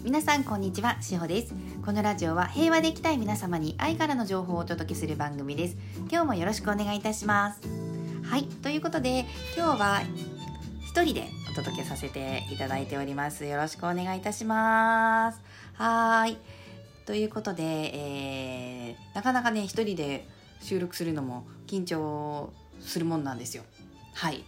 皆さんこんにちは、しほです。このラジオは平和で生きたい皆様に愛からの情報をお届けする番組です。今日もよろしくお願いいたします。はい、ということで今日は一人でお届けさせていただいております。よろしくお願いいたします。はい、ということで、なかなかね一人で収録するのも緊張するもんなんですよ。はい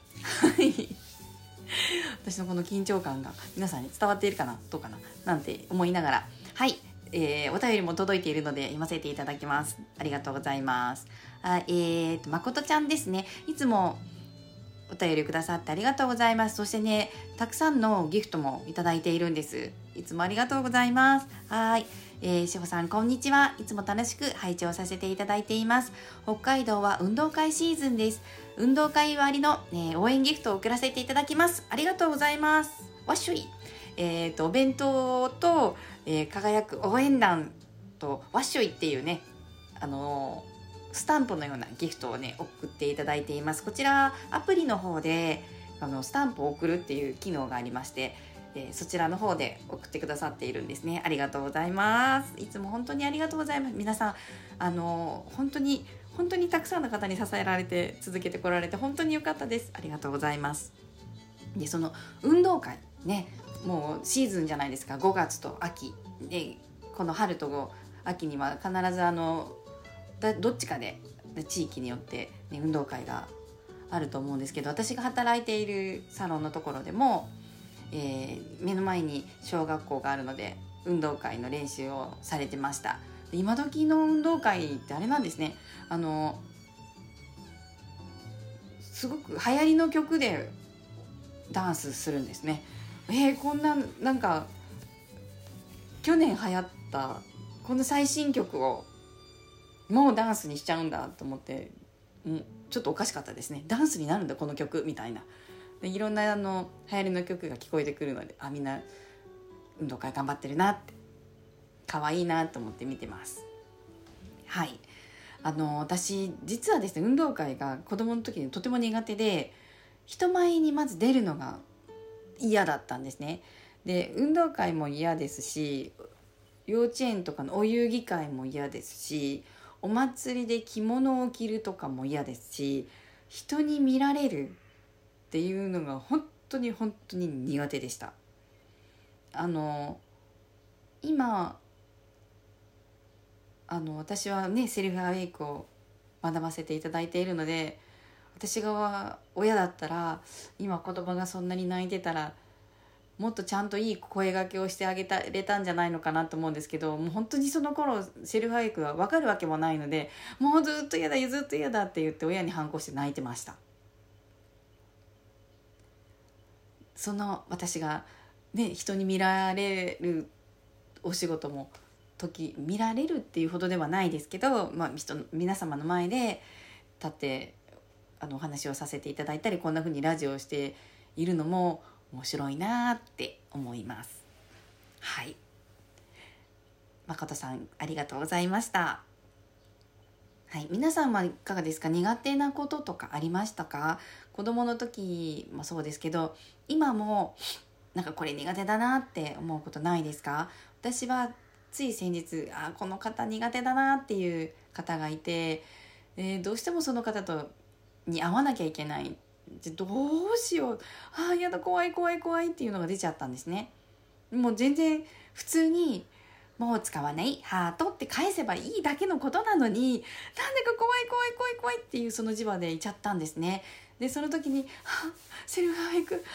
私のこの緊張感が皆さんに伝わっているかなどうかななんて思いながら、はい、お便りも届いているので読ませていただきます。ありがとうございます。まことちゃんですね。いつもお便りくださってありがとうございます。そしてね、たくさんのギフトもいただいているんです。いつもありがとうございます。はい、しほさんこんにちは。いつも楽しく拝聴させていただいています。北海道は運動会シーズンです。運動会割の、応援ギフトを送らせていただきます。ありがとうございます。わっしょい。お弁当と、輝く応援団とわっしょいっていうね、スタンプのようなギフトをね送っていただいています。こちらアプリの方でスタンプを送るっていう機能がありまして、そちらの方で送ってくださっているんですね。ありがとうございます。いつも本当にありがとうございます。皆さん本当にたくさんの方に支えられて続けてこられて本当に良かったです。ありがとうございます。で、その運動会ね、もうシーズンじゃないですか。5月と秋で、この春と秋には必ずどっちかで地域によって、ね、運動会があると思うんですけど、私が働いているサロンのところでも、目の前に小学校があるので運動会の練習をされてました。今時の運動会ってあれなんですね。すごく流行りの曲でダンスするんですね。こんなんか去年流行ったこの最新曲をもうダンスにしちゃうんだと思って、ちょっとおかしかったですね。ダンスになるんだこの曲みたいな。で、いろんな流行りの曲が聞こえてくるので、みんな運動会頑張ってるなって、可愛いなと思って見てます。はい、私実はですね、運動会が子供の時にとても苦手で、人前にまず出るのが嫌だったんですね。で、運動会も嫌ですし、幼稚園とかのお遊戯会も嫌ですし、お祭りで着物を着るとかも嫌ですし、人に見られるっていうのが本当に苦手でした。今私はねセルフアウェイクを学ばせていただいているので、私が親だったら、今子供がそんなに泣いてたらもっとちゃんといい声掛けをしてあげれたんじゃないのかなと思うんですけど、もう本当にその頃セルフアウェイクが分かるわけもないので、もうずっと嫌だって言って親に反抗して泣いてました。その私がね、人に見られるお仕事も見られるっていうほどではないですけど、皆様の前で立ってお話をさせていただいたり、こんな風にラジオをしているのも面白いなって思います。はい、誠さんありがとうございました。はい、皆さんはいかがですか？苦手なこととかありましたか？子供の時もそうですけど、今もなんかこれ苦手だなって思うことないですか？私はつい先日、この方苦手だなっていう方がいて、どうしてもその方に会わなきゃいけない。どうしよう、やだ、怖いっていうのが出ちゃったんですね。もう全然普通にもう使わないハートって返せばいいだけのことなのに、なんでか怖いっていうその磁場でいちゃったんですね。で、その時にセルフアウェイク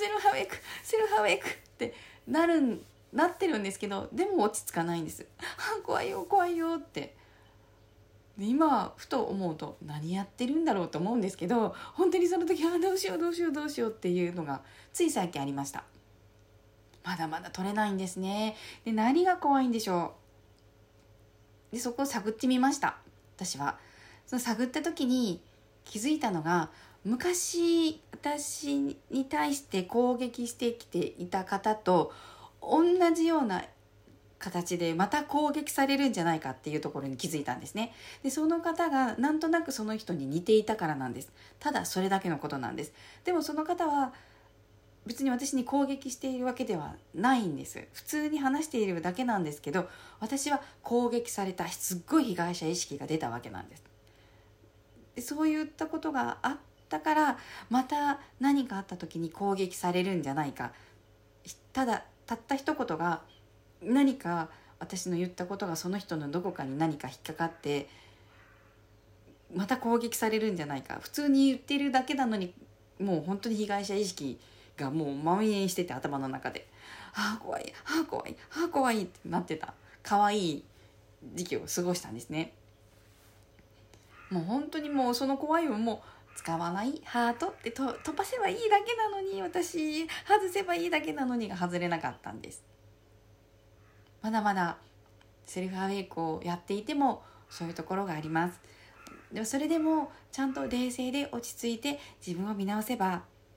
ってなってるんですけど、でも落ち着かないんです。怖いよってで、今ふと思うと何やってるんだろうと思うんですけど、本当にその時どうしようっていうのがつい最近ありました。まだまだ取れないんですね。で、何が怖いんでしょう。で、そこを探ってみました。私はその探った時に気づいたのが、昔私に対して攻撃してきていた方と同じような形でまた攻撃されるんじゃないかっていうところに気づいたんですね。で、その方がなんとなくその人に似ていたからなんです。ただそれだけのことなんです。でもその方は別に私に攻撃しているわけではないんです。普通に話しているだけなんですけど、私は攻撃された、すっごい被害者意識が出たわけなんです。でそういったことがあったから、また何かあった時に攻撃されるんじゃないか、たった一言が、何か私の言ったことがその人のどこかに何か引っかかってまた攻撃されるんじゃないか、普通に言ってるだけなのに、もう本当に被害者意識がもう蔓延してて、頭の中で怖い怖い怖いってなってた可愛い時期を過ごしたんですね。もう本当にもうその怖いをもう使わない、ハートって飛ばせばいいだけなのに、私外せばいいだけなのにが外れなかったんです。まだまだセルフアウェイクをやっていてもそういうところがあります。でもそれでもちゃんと冷静で落ち着いて自分を見直せば、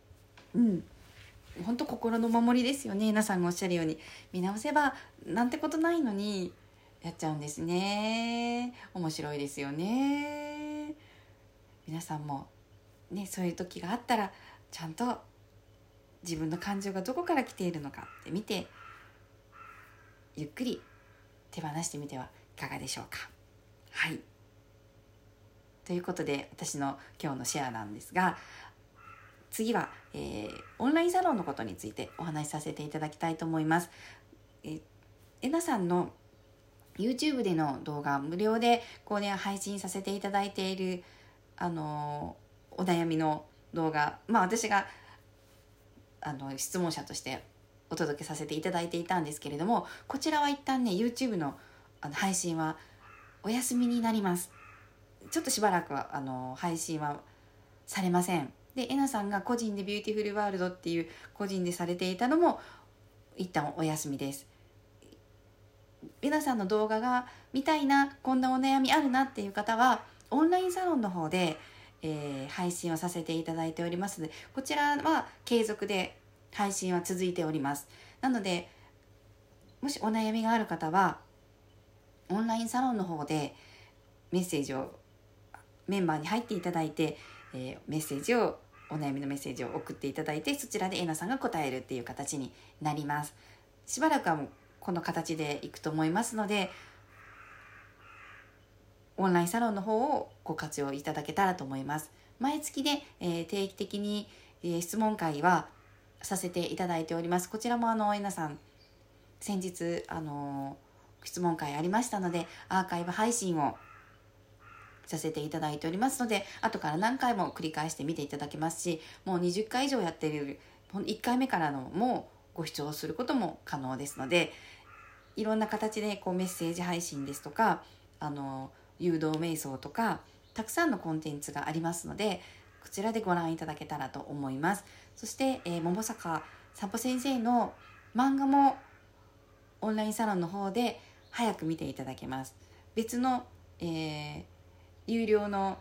本当心の守りですよね。皆さんがおっしゃるように、見直せばなんてことないのにやっちゃうんですね。面白いですよね。皆さんもね、そういう時があったら、ちゃんと自分の感情がどこから来ているのかって見て、ゆっくり手放してみてはいかがでしょうか。はい、ということで、私の今日のシェアなんですが、次は、オンラインサロンのことについてお話しさせていただきたいと思います。えなさんの YouTube での動画、無料で配信させていただいているお悩みの動画、私が質問者としてお届けさせていただいていたんですけれども、こちらは一旦ね YouTube の配信はお休みになります。ちょっとしばらくは配信はされません。で、えなさんが個人でビューティフルワールドっていう個人でされていたのも一旦お休みです。えなさんの動画が見たいな、こんなお悩みあるなっていう方はオンラインサロンの方で、配信をさせていただいておりますので、こちらは継続で配信は続いております。なので、もしお悩みがある方はオンラインサロンの方でメッセージをメンバーに入っていただいて、メッセージをお悩みのメッセージを送っていただいて、そちらでえなさんが答えるっていう形になります。しばらくはもうこの形でいくと思いますので、オンラインサロンの方をご活用いただけたらと思います。毎月で、定期的に、質問会はさせていただいております。こちらもえなさん先日質問会ありましたので、アーカイブ配信をさせていただいておりますので、後から何回も繰り返して見ていただけますし、もう20回以上やっている1回目からのもご視聴することも可能ですので、いろんな形でメッセージ配信ですとか誘導瞑想とかたくさんのコンテンツがありますので、こちらでご覧いただけたらと思います。そして、桃坂散歩先生の漫画もオンラインサロンの方で早く見ていただけます。別の、有料の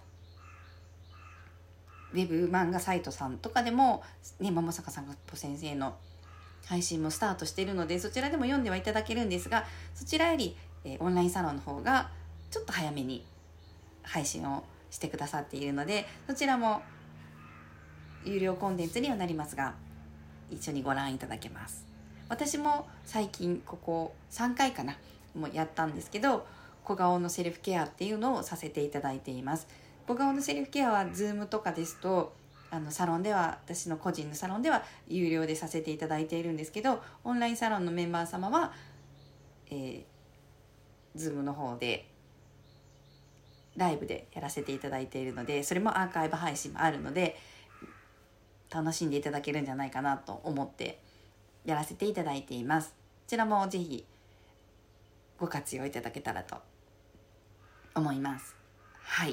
ウェブ漫画サイトさんとかでも、桃坂散歩先生の配信もスタートしているので、そちらでも読んではいただけるんですが、そちらより、オンラインサロンの方がちょっと早めに配信をしてくださっているので、そちらも有料コンテンツにはなりますが、一緒にご覧いただけます。私も最近ここ3回かなもうやったんですけど、小顔のセルフケアっていうのをさせていただいています。小顔のセルフケアは Zoom とかですとサロンでは、私の個人のサロンでは有料でさせていただいているんですけど、オンラインサロンのメンバー様は、Zoom の方でライブでやらせていただいているので、それもアーカイブ配信もあるので楽しんでいただけるんじゃないかなと思ってやらせていただいています。こちらもぜひご活用いただけたらと思います。はい、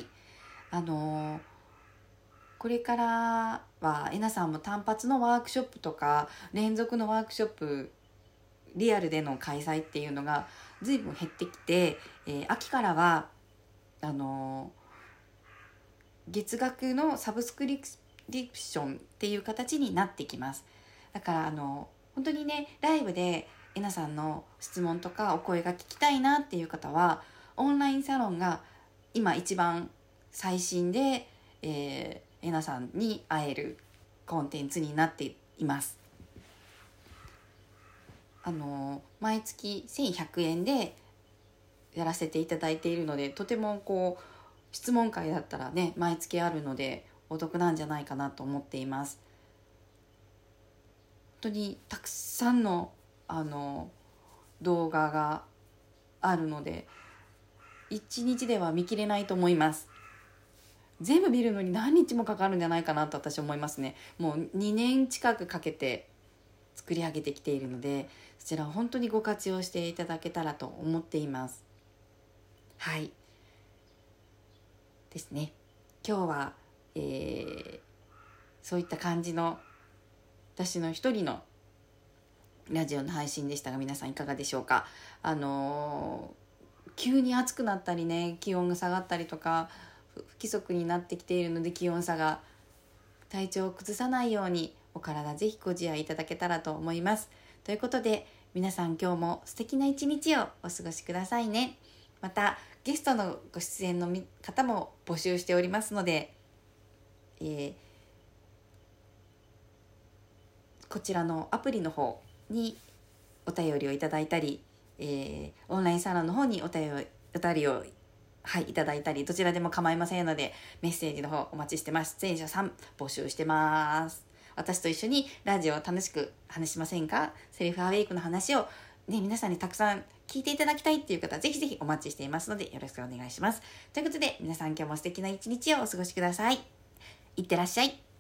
これからはえなさんも単発のワークショップとか連続のワークショップ、リアルでの開催っていうのが随分減ってきて、秋からは月額のサブスクリプションっていう形になってきます。だから本当にね、ライブでえなさんの質問とかお声が聞きたいなっていう方は、オンラインサロンが今一番最新で、えなさんに会えるコンテンツになっています。 毎月1100円でやらせていただいているので、とても質問会だったらね毎月あるのでお得なんじゃないかなと思っています。本当にたくさんの動画があるので1日では見切れないと思います。全部見るのに何日もかかるんじゃないかなと私は思いますね。もう2年近くかけて作り上げてきているので、そちらを本当にご活用していただけたらと思っています。はいですね。今日は、そういった感じの私の一人のラジオの配信でしたが、皆さんいかがでしょうか。急に暑くなったりね、気温が下がったりとか不規則になってきているので、気温差が体調を崩さないようにお体ぜひご自愛いただけたらと思います。ということで皆さん今日も素敵な一日をお過ごしくださいね。またゲストのご出演の方も募集しておりますので、こちらのアプリの方にお便りをいただいたり、オンラインサロンの方にお便りをいただいたり、どちらでも構いませんのでメッセージの方お待ちしてます。出演者さん募集してます。私と一緒にラジオを楽しく話しませんか。セルフアウェイクの話をね、皆さんにたくさん聞いていただきたいっていう方はぜひぜひお待ちしていますのでよろしくお願いします。ということで皆さん今日も素敵な一日をお過ごしください。いってらっしゃい。